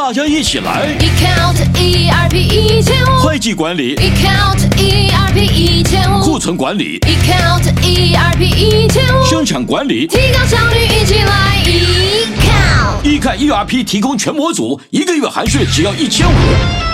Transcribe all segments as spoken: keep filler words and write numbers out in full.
大家一起来 Account E R P 一千五， 会计管理 Account E R P 一千五， 库存管理 Account E R P 一千五， 生产管理， 提高效率，一起来 Account。 一看 E R P 提供全模组，一个月含税只要一千五。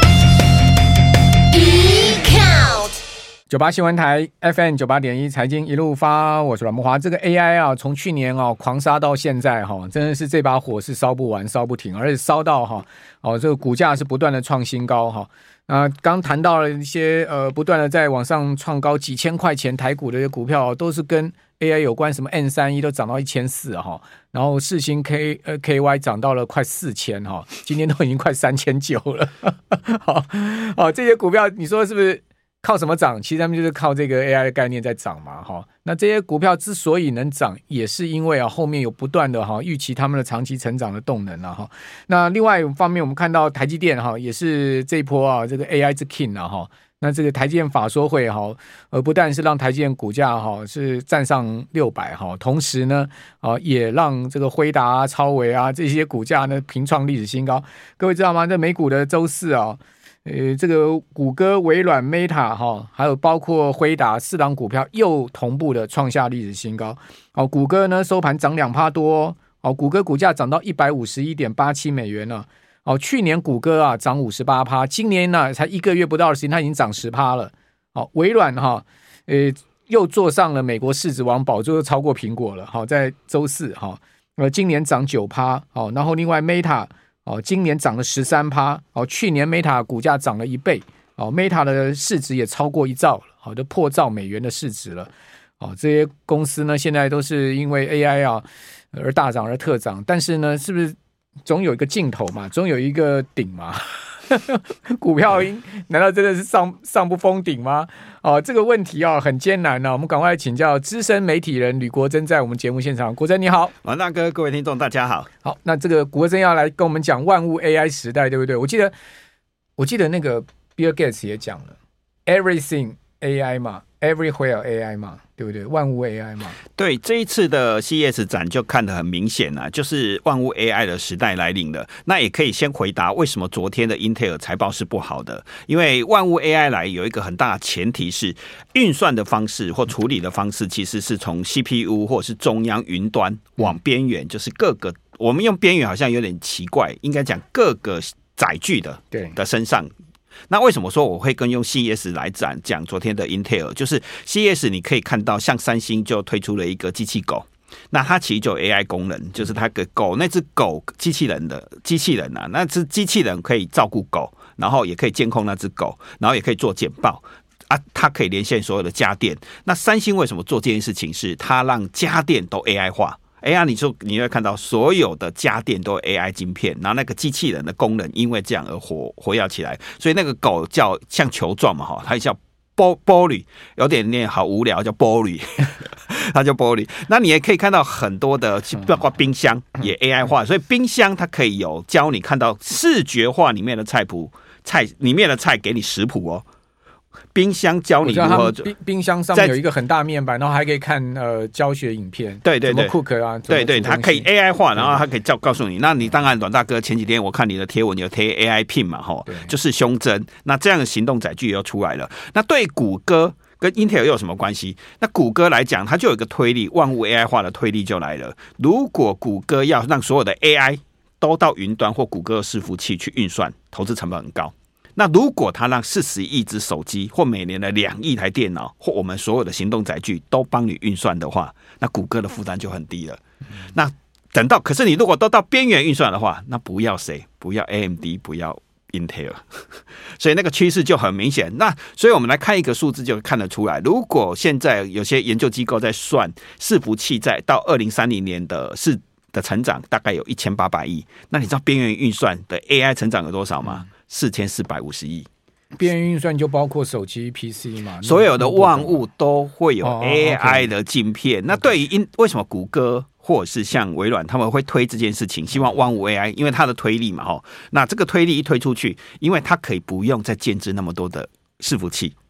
九八新闻台 F M 九八点一财经一路发，我是阮慕骅。这个 A I 啊，从去年啊狂杀到现在哈，真的是这把火是烧不完、烧不停，而且烧到哈哦，这个股价是不断的创新高哈。啊，刚谈到了一些呃，不断的在往上创高几千块钱台股的一些股票，都是跟 A I 有关，什么 N 三十一 都涨到一千四百哈，然后世芯 K 呃 K Y 涨到了快四千哈，今天都已经快三千九了。好，好，这些股票你说是不是？靠什么涨？其实他们就是靠这个 A I 的概念在涨嘛，哈。那这些股票之所以能涨，也是因为啊后面有不断的哈预期他们的长期成长的动能了哈。那另外一方面，我们看到台积电哈也是这一波啊这个 A I 之 King 啊哈。那这个台积电法说会哈，呃不但是让台积电股价哈是站上六百哈，同时呢啊也让这个辉达啊、超微啊这些股价呢平创历史新高。各位知道吗？这美股的周四啊。呃，这个谷歌、微软、Meta 哈，还有包括辉达四档股票又同步的创下历史新高。哦，谷歌呢收盘涨两趴多哦，谷歌股价涨到一百五十一点八七美元了。哦，去年谷歌啊涨五十八趴，今年呢才一个月不到的时间，它已经涨十趴了。哦，微软哈，呃，又坐上了美国市值王宝座，超过苹果了。好、哦，在周四哈，呃，今年涨九趴。哦，然后另外 Meta。哦，今年涨了十三趴，哦，去年 Meta 股价涨了一倍，哦 ，Meta 的市值也超过一兆了，好、哦，就破兆美元的市值了，哦，这些公司呢，现在都是因为 A I 啊而大涨而特涨，但是呢，是不是总有一个尽头嘛，总有一个顶嘛？股票难道真的是上上不封顶吗？哦，这个问题啊很艰难呢、啊。我们赶快请教资深媒体人吕国珍，在我们节目现场。国珍你好， 王大哥，各位听众大家好。 好，那这个国珍要来跟我们讲万物 A I 时代，对不对？我记得我记得那个 Bill Gates 也讲了 ，Everything A I 嘛 ，Everywhere A I 嘛。对不对？万物 A I 嘛， 对，这一次的 C E S 展就看得很明显啊，就是万物 A I 的时代来临了。那也可以先回答为什么昨天的 Intel 财报是不好的，因为万物 A I 来有一个很大的前提是运算的方式或处理的方式，其实是从 C P U 或是中央云端往边缘，就是各个我们用边缘好像有点奇怪，应该讲各个载具的对的身上。那为什么说我会跟用 C E S 来讲讲昨天的 Intel？ 就是 C E S 你可以看到，像三星就推出了一个机器狗，那它其实就有 A I 功能，就是它个狗那只狗机器人的机器人啊，那只机器人可以照顾狗，然后也可以监控那只狗，然后也可以做简报啊，它可以连线所有的家电。那三星为什么做这件事情？是它让家电都 A I 化。A I 你就你会看到所有的家电都有 A I 晶片，然后那个机器人的功能因为这样而活活跃起来，所以那个狗叫像球状嘛哈，它叫玻玻璃，有点念好无聊，叫玻璃，它叫玻璃。那你也可以看到很多的，包括冰箱也 A I 化，所以冰箱它可以有教你看到视觉化里面的菜谱，菜里面的菜给你食谱哦。冰箱教你如何冰冰箱上面有一个很大面板，然后还可以看呃教学影片， 对对对 ，cook 啊， 对对，它可以 A I 化，然后它可以教告诉你。那你当然，阮大哥前几天我看你的贴文有贴 A I Pin 嘛，吼，就是胸针。那这样的行动载具又出来了。那对谷歌跟 Intel 又有什么关系？那谷歌来讲，它就有一个推力，万物 A I 化的推力就来了。如果谷歌要让所有的 A I 都到云端或谷歌的伺服器去运算，投资成本很高。那如果他让四十亿只手机或每年的两亿台电脑或我们所有的行动载具都帮你运算的话，那谷歌的负担就很低了。嗯、那等到可是你如果都到边缘运算的话，那不要谁，不要 A M D， 不要 Intel， 所以那个趋势就很明显。那所以我们来看一个数字就看得出来，如果现在有些研究机构在算伺服器在到二零三零年的市的成长大概有一千八百亿，那你知道边缘运算的 A I 成长有多少吗？四千四百五十亿。 边缘运算就包括手机、P C 嘛， 所有的万物都会有 A I 的晶片。哦哦 okay、那对于为什么谷歌或者是像微软他们会推这件事情，希望万物 A I， 因为它的推力嘛，哈，那这个推力一推出去，因为它可以不用再建置那么多的伺服器，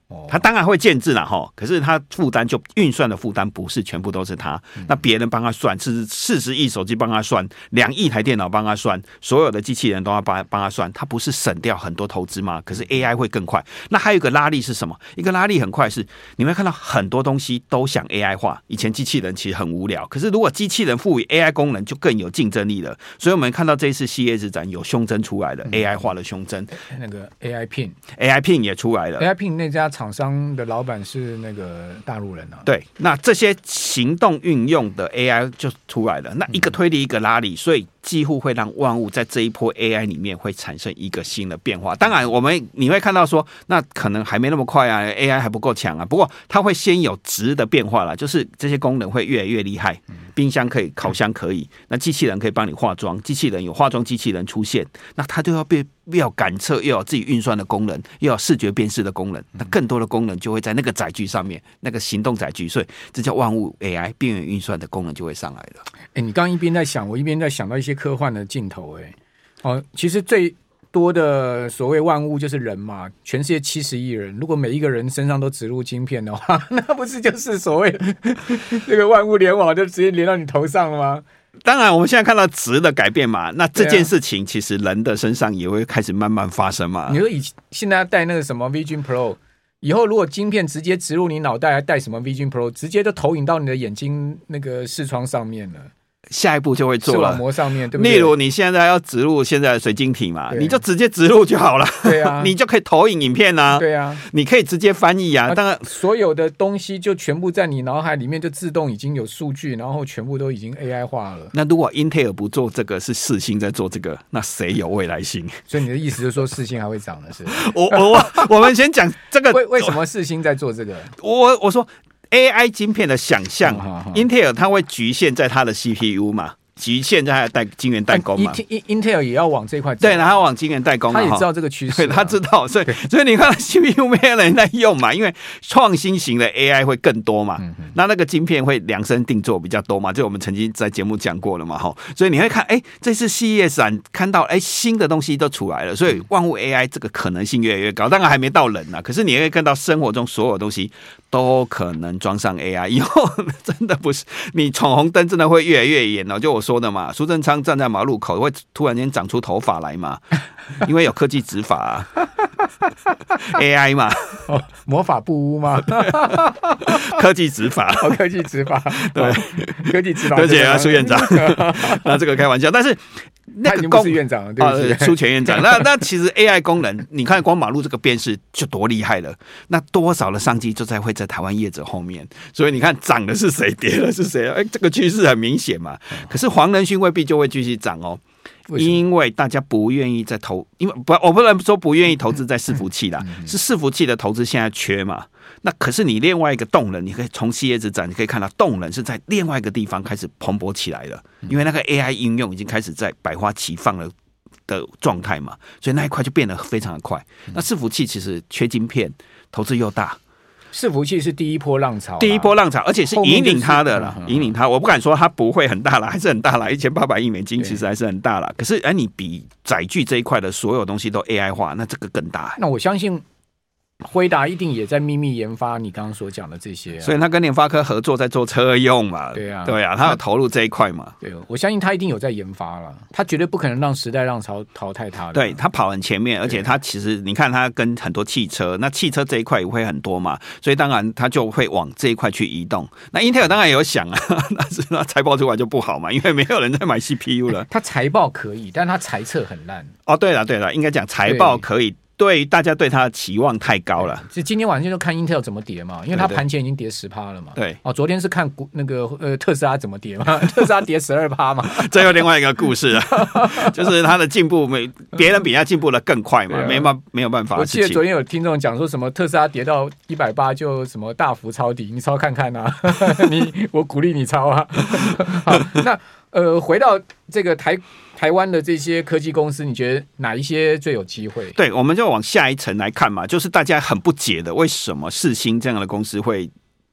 他当然会建制啦齁，可是他负担就运算的负担不是全部都是他，嗯、那别人帮他算，是四十亿手机帮他算，两亿台电脑帮他算，所有的机器人都要帮帮他算，他不是省掉很多投资吗？可是 A I 会更快。那还有一个拉力是什么？一个拉力很快是你会看到很多东西都想 A I 化，以前机器人其实很无聊，可是如果机器人赋予 A I 功能，就更有竞争力了。所以我们看到这一次 C E S 展有胸针出来的、嗯、A I 化的胸针， 那个 A I Pin，A I Pin 也出来了。 A I Pin 那家厂商的老板是那个大陆人啊。 对，那这些行动运用的 A I 就出来了，那一个推力一个拉力，所以几乎会让万物在这一波 A I 里面会产生一个新的变化。当然，我们你会看到说，那可能还没那么快啊 ，A I 还不够强啊。不过它会先有质的变化啦，就是这些功能会越来越厉害。冰箱可以，烤箱可以，那机器人可以帮你化妆，机器人有化妆机器人出现，那它就要被又要感测，又有自己运算的功能，又有视觉辨识的功能，那更多的功能就会在那个载具上面，那个行动载具，所以这叫万物 A I 边缘运算的功能就会上来了。 哎，你刚刚一边在想，我一边在想到一些科幻的镜头、欸，哎，哦，其实最多的所谓万物就是人嘛，全世界七十亿人，如果每一个人身上都植入晶片的话，那不是就是所谓这个万物联网就直接连到你头上了吗？ 当然，我们现在看到质的改变嘛，那这件事情其实人的身上也会开始慢慢发生嘛。 你说以现在戴那个什么 Vision Pro， 以后如果晶片直接植入你脑袋，还戴什么 Vision Pro， 直接就投影到你的眼睛那个视窗上面了。 下一步就会做了，视网膜上面，对不对？ 例如你现在要植入现在的水晶体嘛，你就直接植入就好了。 对啊， 你就可以投影影片啊。 对啊， 你可以直接翻译啊。当然， 所有的东西就全部在你脑海里面就自动已经有数据，然后全部都已经 A I 化了。 那如果 Intel 不做这个，是世芯在做这个，那谁有未来性？ 所以你的意思就是说世芯还会涨的是？ 我我我们先讲这个， 为为什么世芯在做这个？ 我我说 A I 晶片的想象、嗯、，Intel 它会局限在它的 C P U 嘛。局限在它的代晶圆代工嘛 ，Intel 也要往这块走， 对，然后往晶圆代工， 他也知道这个趋势、啊， 对，他知道，所以所以你看 C P U 没有人在用嘛，因为创新型的 A I 会更多嘛，嗯、那那个晶片会量身定做比较多嘛，这我们曾经在节目讲过了嘛，哈，所以你会看，哎，这次 C E S 展看到，哎，新的东西都出来了，所以万物 A I 这个可能性越来越高，当然还没到人啊，可是你会看到生活中所有东西都可能装上 A I， 以后真的不是你闯红灯，真的会越来越严哦，就我说的嘛，苏贞昌站在马路口会突然间长出头发来嘛，因为有科技执法、啊、A I 嘛、 哦、魔法不污吗？ 科技执法、 哦、科技执法对、哦、科技执法， 对不起啊，苏院长那这个开玩笑，但是那个不是院长了，对不起， 苏前院长。那那其实 A I 功能，你看光马路这个辨识就多厉害了，那多少的商机就在会在台湾业者后面，所以你看涨的是谁，跌的是谁，哎，这个趋势很明显嘛。可是黄仁勋未必就会继续涨哦。因为大家不愿意再投，因为不，我不能说不愿意投资在伺服器啦，是伺服器的投资现在缺嘛。那可是你另外一个动能，你可以从 C E S 展你可以看到动能是在另外一个地方开始蓬勃起来了，因为那个 A I 应用已经开始在百花齐放了的状态嘛，所以那一块就变得非常的快。那伺服器其实缺晶片，投资又大。 伺服器是第一波浪潮， 第一波浪潮，而且是引领它的啦，引领它。我不敢说它不会很大啦，还是很大啦，一千八百亿美金其实还是很大啦。可是，哎，你比载具这一块的所有东西都 A I 化，那这个更大。 那我相信辉达一定也在秘密研发你刚刚所讲的这些、啊， 所以他跟联发科合作在做车用嘛， 对啊， 对啊，他有投入这一块嘛， 对，我相信他一定有在研发了，他绝对不可能让时代浪潮淘汰他的， 对他跑很前面，而且他其实你看他跟很多汽车，那汽车这一块也会很多嘛，所以当然他就会往这一块去移动。那 Intel 当然也有想啊，但是他财报出来就不好嘛，因为没有人在买 C P U 了。 他财报可以，但他财测很烂。 哦，对了对了，应该讲财报可以。对，大家对它的期望太高了。 就今天晚上就看 Intel 怎么跌嘛，因为它盘前已经跌 百分之十 了嘛。 对， 哦，昨天是看那个呃特斯拉怎么跌嘛，特斯拉跌 百分之十二 嘛。 这又另外一个故事了，就是它的进步没别人比它进步的更快嘛，没办没有办法。 我记得昨天有听众讲说什么特斯拉跌到一百八十就什么大幅抄底，你抄看看啊，你我鼓励你抄啊。好，那呃回到这个台。台湾的这些科技公司，你觉得哪一些最有机会？ 对，我们就往下一层来看嘛，就是大家很不解的，为什么世芯这样的公司会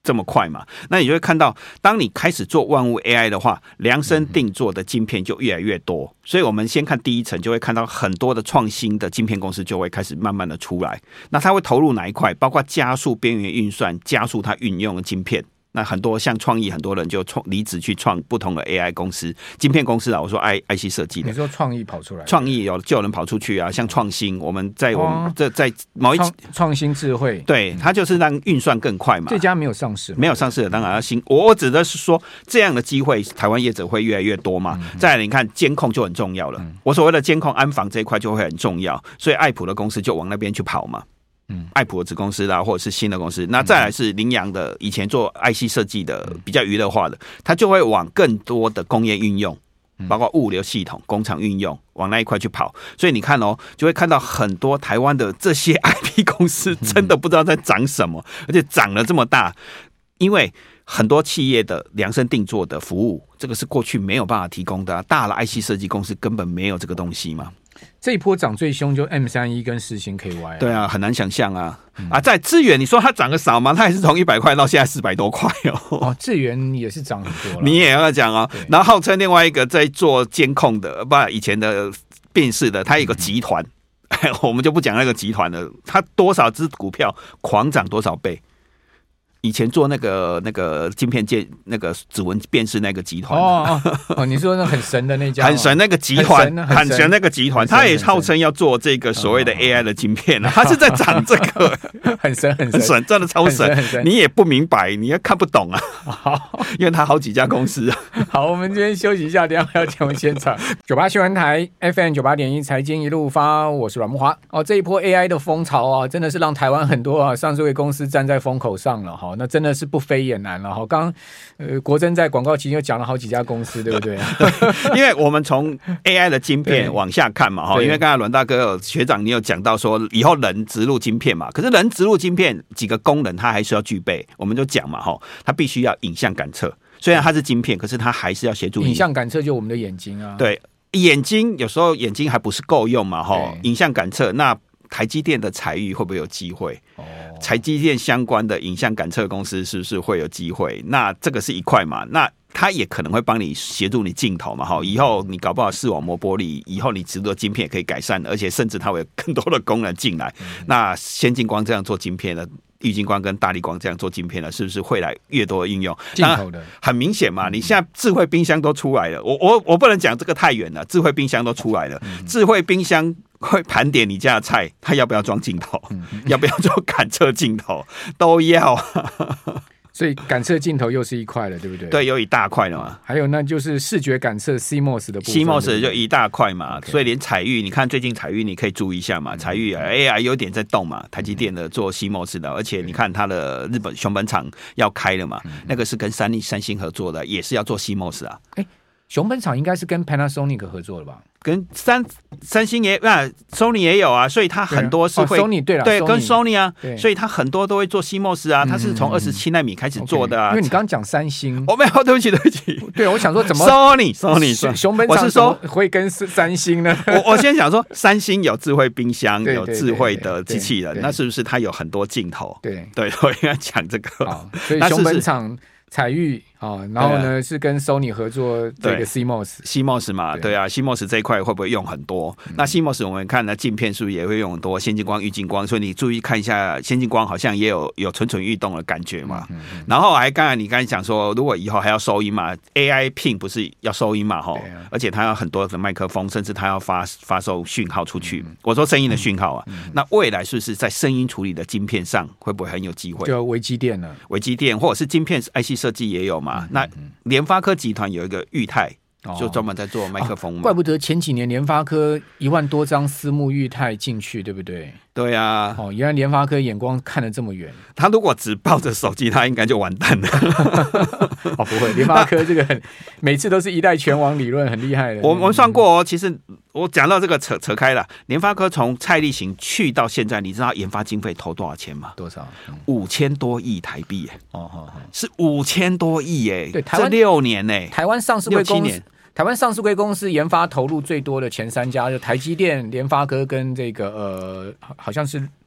这么快嘛？那你就会看到，当你开始做万物 A I 的话，量身定做的晶片就越来越多。所以我们先看第一层，就会看到很多的创新的晶片公司就会开始慢慢的出来。那它会投入哪一块？包括加速边缘运算，加速它运用的晶片。那很多像创意，很多人就创离职去创不同的 A I 公司、晶片公司啊。我说 I I C 设计的， 你说创意跑出来， 创意有就有人跑出去啊。像创新，我们在我们这、哦、在某一创创新智慧， 对，它就是让运算更快嘛。 这家没有上市， 没有上市的，当然要新。我我指的是说，这样的机会，台湾业者会越来越多嘛。嗯、再来，你看监控就很重要了。嗯、我所谓的监控安防这一块就会很重要，所以爱普的公司就往那边去跑嘛。嗯，爱普的子公司啦，或者是新的公司，那再来是羚羊的，以前做 I C 设计的，比较娱乐化的，它就会往更多的工业运用，包括物流系统、工厂运用，往那一块去跑。所以你看哦，就会看到很多台湾的这些 I P 公司，真的不知道在涨什么，而且涨了这么大，因为很多企业的量身定做的服务，这个是过去没有办法提供的、啊，大的 I C 设计公司根本没有这个东西嘛。 这一波涨最凶就 M 三十一 跟世芯 K Y、啊、 对啊，很难想象啊、嗯、啊！在智原，你说它涨得少吗？它也是从一百块到现在四百多块哦。 哦，智原也是涨很多了， 你也要讲哦。然后号称另外一个在做监控的，不，以前的辨识的，它有一个集团，嗯、我们就不讲那个集团了。它多少只股票狂涨多少倍？以前做那个那个晶片界那个指纹辨识那个集团哦哦哦，你说那很神的那家， 很神那个集团，很 神, 很神那个集团，他也号称要做这个所谓的 A I 的晶片啊，他是在涨这个， 很神很神， 很神，真的超神，神你也不明白，你也看不懂啊，因为他好几家公司啊。 好，我们今天休息一下，等一下回到节目现场。九八新闻台 F M 九八点一财经一路发，我是阮慕骅。哦，这一波 A I 的风潮啊，真的是让台湾很多啊上市柜公司站在风口上了哈。那真的是不飞也难了哈。刚刚呃国珍在广告期间又讲了好几家公司，对不对？ 因为我们从 A I 的晶片往下看嘛哈，因为刚才阮大哥有学长你有讲到说以后人植入晶片嘛，可是人植入晶片几个功能它还是要具备，我们就讲嘛哈，它必须要影像感测，虽然它是晶片，可是它还是要协助你影像感测，就我们的眼睛啊， 对，眼睛有时候眼睛还不是够用嘛哈，影像感测那。台积电的采域会不会有机会？哦，台积电相关的影像感测公司是不是会有机会？那这个是一块嘛？那它也可能会帮你协助你镜头嘛？哈，以后你搞不好视网膜玻璃，以后你植入的晶片也可以改善，而且甚至它会有更多的功能进来。嗯、那先进光这样做晶片的。玉晶光跟大立光这样做晶片了，是不是会来越多的应用？ 镜头的很明显嘛，你现在智慧冰箱都出来了，我我我不能讲这个太远了，智慧冰箱都出来了，嗯、智慧冰箱会盘点你家的菜，它要不要装镜头，嗯、要不要做感测镜头，都要。 所以感测镜头又是一块了，对不对？ 对，有一大块了嘛。 还有那就是视觉感测 C M O S 的部分 ，C M O S 就一大块嘛。Okay. 所以连采域，你看最近采域你可以注意一下嘛，采域啊 A I 有点在动嘛，台积电的做 C M O S 的，而且你看它的日本熊本厂要开了嘛，嗯、那个是跟三三星合作的，也是要做 C M O S 啊。 哎，熊本厂应该是跟 Panasonic 合作的吧？ 跟三三星也啊 ，Sony 也有啊，所以它很多是会、 哦、Sony 对了， 对 Sony, 跟 Sony 啊，所以它很多都会做 C M O S 啊，它是从二十七奈米开始做的啊。 嗯嗯 okay, 因为你刚刚讲三星， 我、哦、没有，对不起，对不起， 对，我想说怎么 Sony Sony 熊本厂我是说会跟三星呢？ 我我先想说，三星有智慧冰箱，有智慧的机器人，那是不是它有很多镜头？ 对对，我应该讲这个。 所以熊本厂。采域啊，然后呢、啊、是跟 Sony 合作这个 C M O S，C M O S 嘛，对, 对啊 ，C M O S 这一块会不会用很多？嗯、那 C M O S 我们看呢，镜片是不是也会用很多？先进光、玉晶光，所以你注意看一下，先进光好像也有有蠢蠢欲动的感觉嘛。嗯嗯嗯、然后还刚才你刚才讲说，如果以后还要收音嘛 ，A I Pin 不是要收音嘛？哈、啊，而且它要很多的麦克风，甚至它要发发售讯号出去。嗯、我说声音的讯号啊，嗯嗯、那未来是不是在声音处理的晶片上会不会很有机会？ 就微机电了， 微机电或者是晶片 I C 设计也有嘛？那联发科集团有一个裕泰，就专门在做麦克风嘛、哦， 怪不得前几年联发科一万多张私募裕泰进去，对不对？ 对啊， 哦，原来联发科眼光看得这么远。 他如果只抱着手机，他应该就完蛋了。 哦，不会，联发科这个很每次都是一代拳王理论，很厉害的。 我我们算过哦，其实我讲到这个扯扯开了，联发科从蔡力行去到现在，你知道研发经费投多少钱吗？ 多少？ 五千多亿台币耶！ 哦哦哦， 是五千多亿耶！ 对，台湾这六年呢， 台湾上市柜公司。台湾上市柜公司研发投入最多的前三家，就台积电、联发科跟这个呃，好像是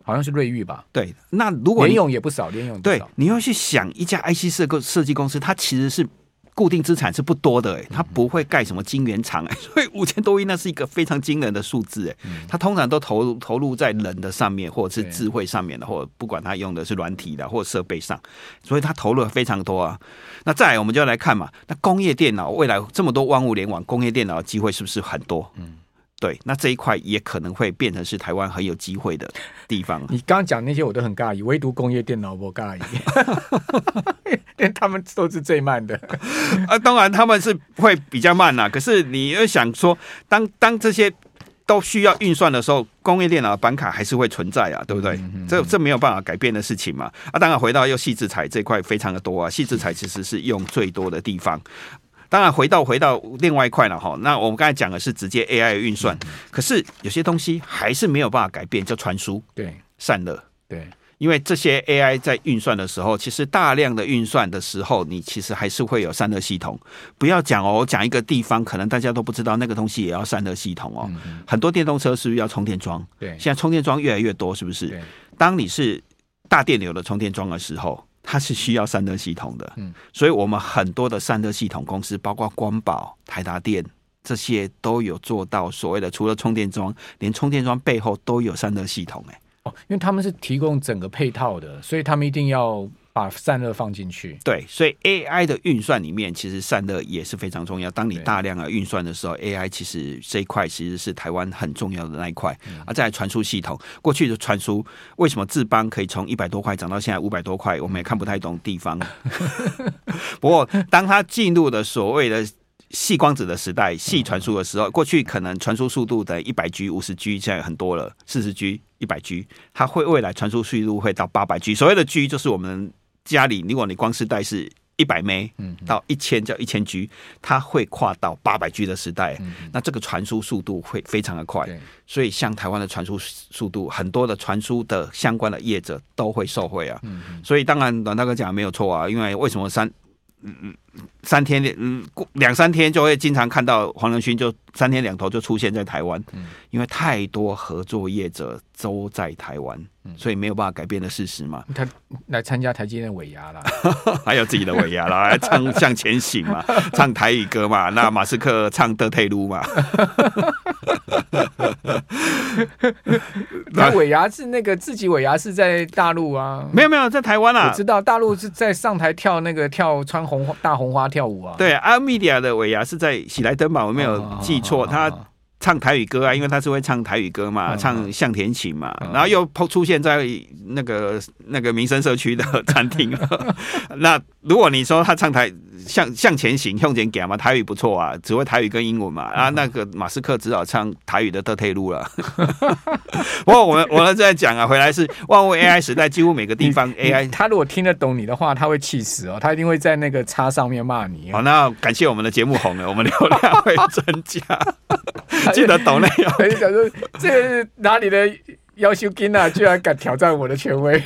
好像是瑞昱吧？ 对，那如果联咏也不少，联咏对，你要去想一家 I C 设设计公司，它其实是固定资产是不多的、欸，它不会盖什么晶圆厂、欸，所以五千多亿那是一个非常惊人的数字、欸，它通常都投入投入在人的上面，或者是智慧上面的，或者不管它用的是软体的或者设备上，所以它投入了非常多啊。那再来我们就要来看嘛，那工业电脑未来这么多万物联网，工业电脑的机会是不是很多？嗯。对，那这一块也可能会变成是台湾很有机会的地方。 你刚刚讲那些我都很尬意，唯独工业电脑我尬意，因为他们都是最慢的。 啊，当然他们是会比较慢啦，可是你要想说，当当这些都需要运算的时候，工业电脑的板卡还是会存在啊，对不对？嗯嗯、这这没有办法改变的事情嘛。啊，当然回到又矽智财这一块非常的多啊，矽智财其实是用最多的地方。当然回到回到另外一块了哈，那我们刚才讲的是直接 A I 的运算，嗯、可是有些东西还是没有办法改变，叫传输、 对散热， 对， 因为这些 A I 在运算的时候，其实大量的运算的时候，你其实还是会有散热系统。不要讲哦，讲一个地方，可能大家都不知道那个东西也要散热系统哦。嗯嗯很多电动车是不是要充电桩？对，现在充电桩越来越多，是不是？当你是大电流的充电桩的时候。它是需要散热系统的，嗯，所以我们很多的散热系统公司，包括光宝、台达电这些，都有做到所谓的除了充电桩，连充电桩背后都有散热系统、欸，哎， 哦，因为他们是提供整个配套的，所以他们一定要把散热放进去。 对，所以 A I 的运算里面，其实散热也是非常重要。当你大量的运算的时候 ，A I 其实这一块其实是台湾很重要的那一块。嗯、啊，再来传输系统，过去的传输为什么智邦可以从一百多块涨到现在五百多块，我们也看不太懂地方。不过，当它进入的所谓的细光子的时代，细传输的时候，过去可能传输速度的一百 G、五十 G， 现在很多了，四十 G、一百 G， 它会未来传输速度会到八百 G。所谓的 G 就是我们家里，如果你光丝带是一百 M 到一千叫一千 G， 它会跨到八百 G 的时代，嗯、那这个传输速度会非常的快。所以像台湾的传输速度，很多的传输的相关的业者都会受惠啊。嗯、所以当然阮大哥讲的没有错啊，因为为什么三嗯三天嗯两三天就会经常看到黄仁勋就三天两头就出现在台湾，嗯、因为太多合作业者都在台湾。所以没有办法改变的事实嘛。 他来参加台积电尾牙啦， 还有自己的尾牙啦，来唱向前行嘛，唱台语歌嘛。那马斯克唱德泰路嘛。 那尾牙是那个自己尾牙是在大陆啊？ 没有没有，在台湾啊。 我知道大陆是在上台跳那个跳穿红大红花跳舞啊。 对，阿米迪亚的尾牙是在喜来登吧？我没有记错，哦、他。唱台语歌啊，因为他是会唱台语歌嘛，嗯、唱向田琴嘛，嗯、然后又出现在那个那个民生社区的餐厅。那如果你说他唱台向向前行，向前行嘛，台语不错啊，只会台语跟英文嘛，嗯、啊，那个马斯克只好唱台语的德泰路了。不过我们我们在讲啊，回来是万物 A I 时代，几乎每个地方 A I， 他如果听得懂你的话，他会气死哦，他一定会在那个叉上面骂你。 好，那感谢我们的节目红了，我们流量会增加。记得懂那样， 你讲说这是哪里的要求金啊？居然敢挑战我的权威，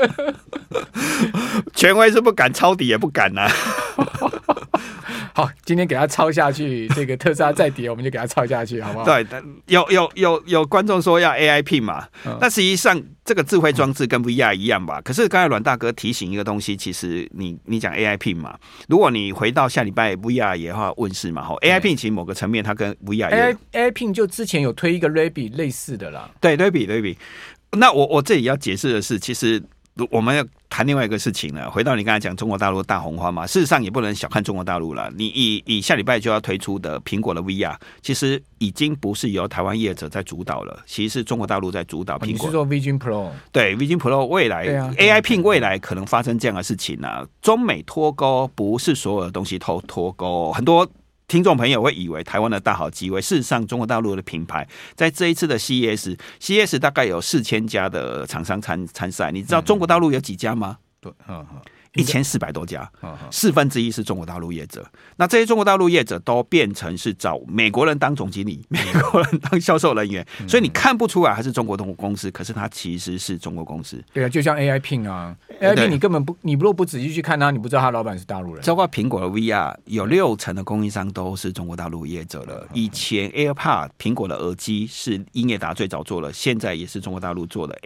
权威是不敢，抄底也不敢啊。 好，今天给他抄下去，这个特斯拉再跌，我们就给他抄下去，好不好？ 对，有有有有观众说要 A I Pin 嘛，嗯、但实际上这个智慧装置跟 V R 一样吧。可是刚才阮大哥提醒一个东西，其实你你讲 A I Pin 嘛，如果你回到下礼拜 V R 也要问世嘛，哈 ，A I Pin 其实某个层面它跟 V R 也 A I Pin 就之前有推一个 Rabbit 类似的啦， 对 Rabbit Rabbit。那我我这里要解释的是，其实。我们要谈另外一个事情了，回到你刚才讲中国大陆大红花嘛，事实上也不能小看中国大陆了。你以以下礼拜就要推出的苹果的 V R， 其实已经不是由台湾业者在主导了，其实是中国大陆在主导。苹果、哦、你是说 Vision Pro？ 对 ，Vision Pro 未来、啊、A I Pin 未来可能发生这样的事情啊。中美脱钩不是所有的东西都脱钩，很多。听众朋友会以为台湾的大好机会，事实上中国大陆的品牌在这一次的 C E S，C E S 大概有四千家的厂商参参赛，你知道中国大陆有几家吗？对，嗯嗯。一千四百多家，四分之一是中国大陆业者。那这些中国大陆业者都变成是找美国人当总经理，美国人当销售人员，嗯、所以你看不出来它是中国公司，可是它其实是中国公司。 对啊，就像 A I Pin 啊 ，A I Pin 你根本不，你如果不仔细去看它，你不知道它老板是大陆人。 包括苹果的 V R， 有六成的供应商都是中国大陆业者了。以前 AirPod 苹果的耳机是英业达最早做了，现在也是中国大陆做的。哎。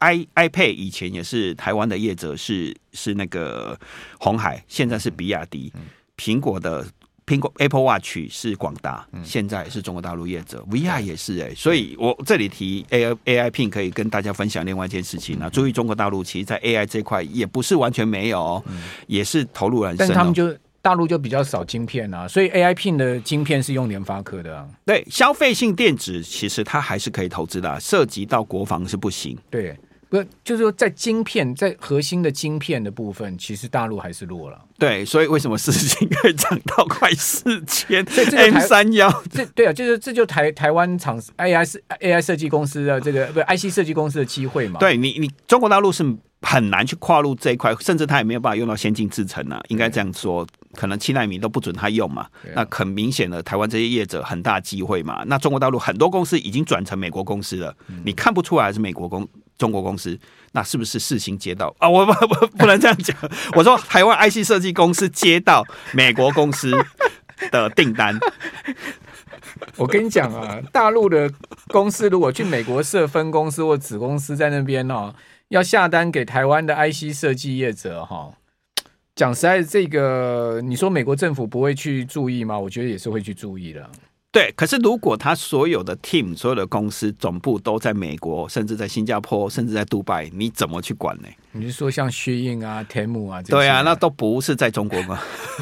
i iPad 以前也是台湾的业者是是那个鸿海，现在是比亚迪，苹果的。苹果 Apple Watch 是广达，嗯、现在是中国大陆业者 ，V R 也是哎、欸，所以我这里提 A I A I Pin 可以跟大家分享另外一件事情啊，注意中国大陆其实在 A I 这块也不是完全没有、哦嗯，也是投入很深、哦。 但是他们就大陆就比较少晶片啊，所以 A I Pin 的晶片是用联发科的、啊。 对，消费性电子其实它还是可以投资的、啊，涉及到国防是不行。 对。不，就是说，在晶片，在核心的晶片的部分，其实大陆还是弱了。 对，所以为什么四星可以涨到快四千 ？M 三幺， 这对啊，就是这就台台湾厂 A I A I 设计公司的这个不 I C 设计公司的机会嘛？ 对你，你中国大陆是很难去跨入这一块，甚至他也没有办法用到先进制程啊，应该这样说。可能七奈米都不准他用嘛，那很明显的，台湾这些业者很大机会嘛。那中国大陆很多公司已经转成美国公司了，嗯、你看不出来是美国公中国公司，那是不是世芯接到啊？我不不不能这样讲，我说台湾 I C 设计公司接到美国公司的订单。 我跟你讲啊，大陆的公司如果去美国设分公司或子公司在那边哦，要下单给台湾的 I C 设计业者哈、哦。讲实在，这个你说美国政府不会去注意吗？我觉得也是会去注意的。 对，可是如果他所有的 team、所有的公司总部都在美国，甚至在新加坡，甚至在杜拜，你怎么去管呢？ 你是说像薛印啊、天幕啊这些？ 对啊，那都不是在中国吗？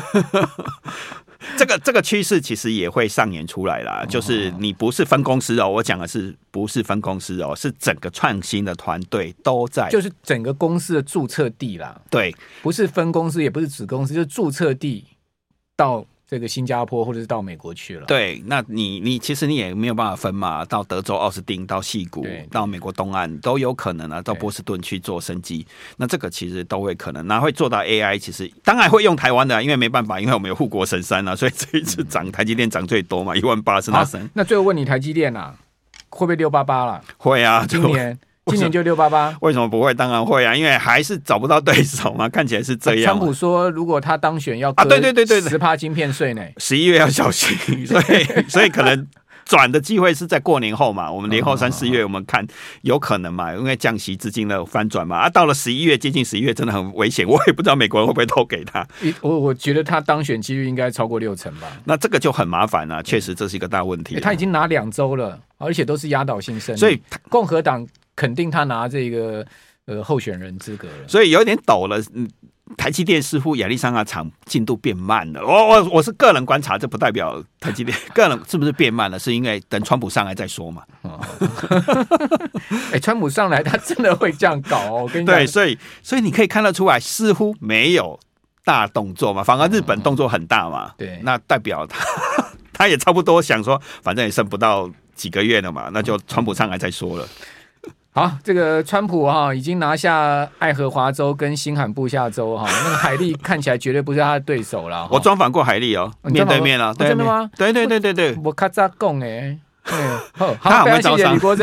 这个这个趋势其实也会上演出来啦，就是你不是分公司哦，我讲的是不是分公司哦，是整个创新的团队都在， 就是整个公司的注册地啦， 对， 不是分公司，也不是子公司，就是注册地到这个新加坡或者是到美国去了。 对，那你你其实你也没有办法分嘛，到德州奥斯汀、到矽谷、到美国东岸都有可能啊，到波士顿去做生技，那这个其实都会可能，那会做到 A I， 其实当然会用台湾的、啊，因为没办法，因为我们有护国神山啊，所以这一次涨台积电涨最多嘛，一万八是那神。 那最后问你，台积电啊，会不会六八八了？ 会啊， 今年。今年就六八八， 为什么不会？当然会啊，因为还是找不到对手嘛，看起来是这样。 川普说，如果他当选要啊，对对对对， 十趴晶片税呢， 十一月要小心，所以所以可能转的机会是在过年后嘛，我们年后三四月我们看有可能嘛，因为降息资金的翻转嘛，啊，到了十一月接近十一月真的很危险，我也不知道美国人会不会投给他。 我我觉得他当选几率应该超过六成吧。 那这个就很麻烦了，确实这是一个大问题、啊。 他已经拿两周了，而且都是压倒性胜利， 所以共和党肯定他拿这个呃候选人资格了， 所以有点抖了。嗯，台积电似乎亚利桑那厂进度变慢了。我我我是个人观察，这不代表台积电个人是不是变慢了，是因为等川普上来再说嘛。 哎、欸，川普上来他真的会这样搞哦，我跟你讲。 对，所以所以你可以看得出来，似乎没有大动作嘛，反而日本动作很大嘛。 对， 那代表他他也差不多想说，反正也剩不到几个月了嘛，那就川普上来再说了。 好，这个川普哈已经拿下爱荷华州跟新罕布夏州哈，那个海莉看起来绝对不是他的对手了。 我专访过海莉哦，面对面啊， 真的吗？ 对对对对对， 我咔嚓讲哎，好， 他非常谢谢李国珍。